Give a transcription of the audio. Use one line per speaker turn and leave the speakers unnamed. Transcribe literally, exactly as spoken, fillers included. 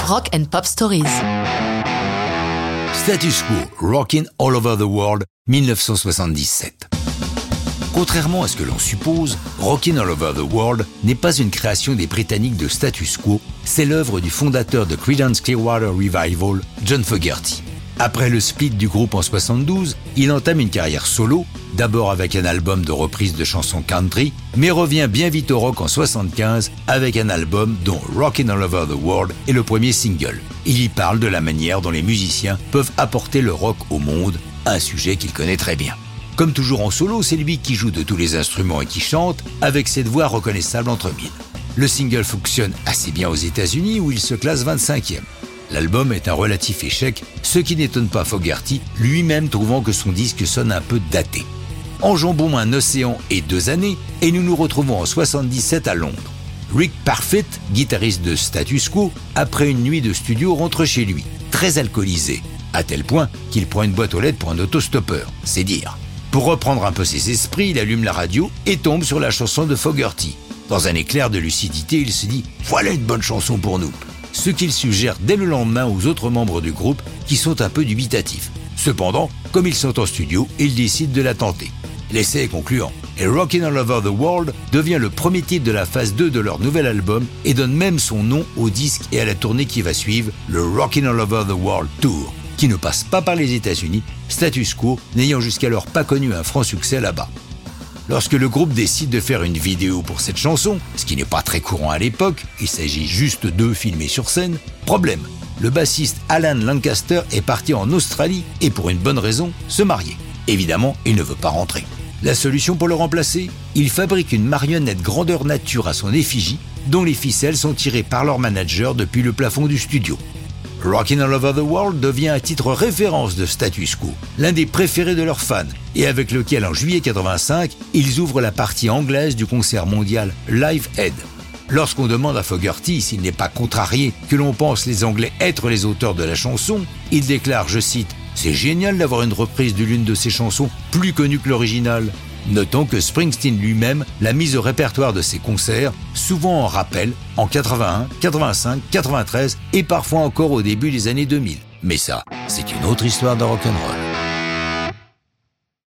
Rock and Pop Stories.
Status Quo, Rockin' All Over the World, dix-neuf cent soixante-dix-sept. Contrairement à ce que l'on suppose, Rockin' All Over the World n'est pas une création des Britanniques de Status Quo, c'est l'œuvre du fondateur de Creedence Clearwater Revival, John Fogerty. Après le split du groupe en soixante-douze, il entame une carrière solo, d'abord avec un album de reprises de chansons country, mais revient bien vite au rock en soixante-quinze avec un album dont Rockin' All Over the World est le premier single. Il y parle de la manière dont les musiciens peuvent apporter le rock au monde, un sujet qu'il connaît très bien. Comme toujours en solo, c'est lui qui joue de tous les instruments et qui chante, avec cette voix reconnaissable entre mille. Le single fonctionne assez bien aux États-Unis où il se classe vingt-cinquième. L'album est un relatif échec, ce qui n'étonne pas Fogerty, lui-même trouvant que son disque sonne un peu daté. Enjambons un océan et deux années, et nous nous retrouvons en soixante-dix-sept à Londres. Rick Parfitt, guitariste de Status Quo, après une nuit de studio, rentre chez lui, très alcoolisé, à tel point qu'il prend une boîte aux lettres pour un autostoppeur, c'est dire. Pour reprendre un peu ses esprits, il allume la radio et tombe sur la chanson de Fogerty. Dans un éclair de lucidité, il se dit « Voilà une bonne chanson pour nous !» Ce qu'il suggère dès le lendemain aux autres membres du groupe qui sont un peu dubitatifs. Cependant, comme ils sont en studio, ils décident de la tenter. L'essai est concluant et Rockin' All Over the World devient le premier titre de la phase deux de leur nouvel album et donne même son nom au disque et à la tournée qui va suivre, le Rockin' All Over the World Tour, qui ne passe pas par les États-Unis, Status Quo n'ayant jusqu'alors pas connu un franc succès là-bas. Lorsque le groupe décide de faire une vidéo pour cette chanson, ce qui n'est pas très courant à l'époque, il s'agit juste d'eux filmés sur scène, problème, le bassiste Alan Lancaster est parti en Australie et pour une bonne raison, se marier. Évidemment, il ne veut pas rentrer. La solution pour le remplacer ? Il fabrique une marionnette grandeur nature à son effigie, dont les ficelles sont tirées par leur manager depuis le plafond du studio. Rockin' All Over the World devient un titre référence de Status Quo, l'un des préférés de leurs fans, et avec lequel en juillet quatre-vingt-cinq, ils ouvrent la partie anglaise du concert mondial Live Aid. Lorsqu'on demande à Fogerty s'il n'est pas contrarié que l'on pense les Anglais être les auteurs de la chanson, il déclare, je cite, « C'est génial d'avoir une reprise de l'une de ces chansons plus connue que l'original ». Notons que Springsteen lui-même l'a mise au répertoire de ses concerts, souvent en rappel, en quatre-vingt-un, quatre-vingt-cinq, quatre-vingt-treize et parfois encore au début des années deux mille. Mais ça, c'est une autre histoire de rock'n'roll.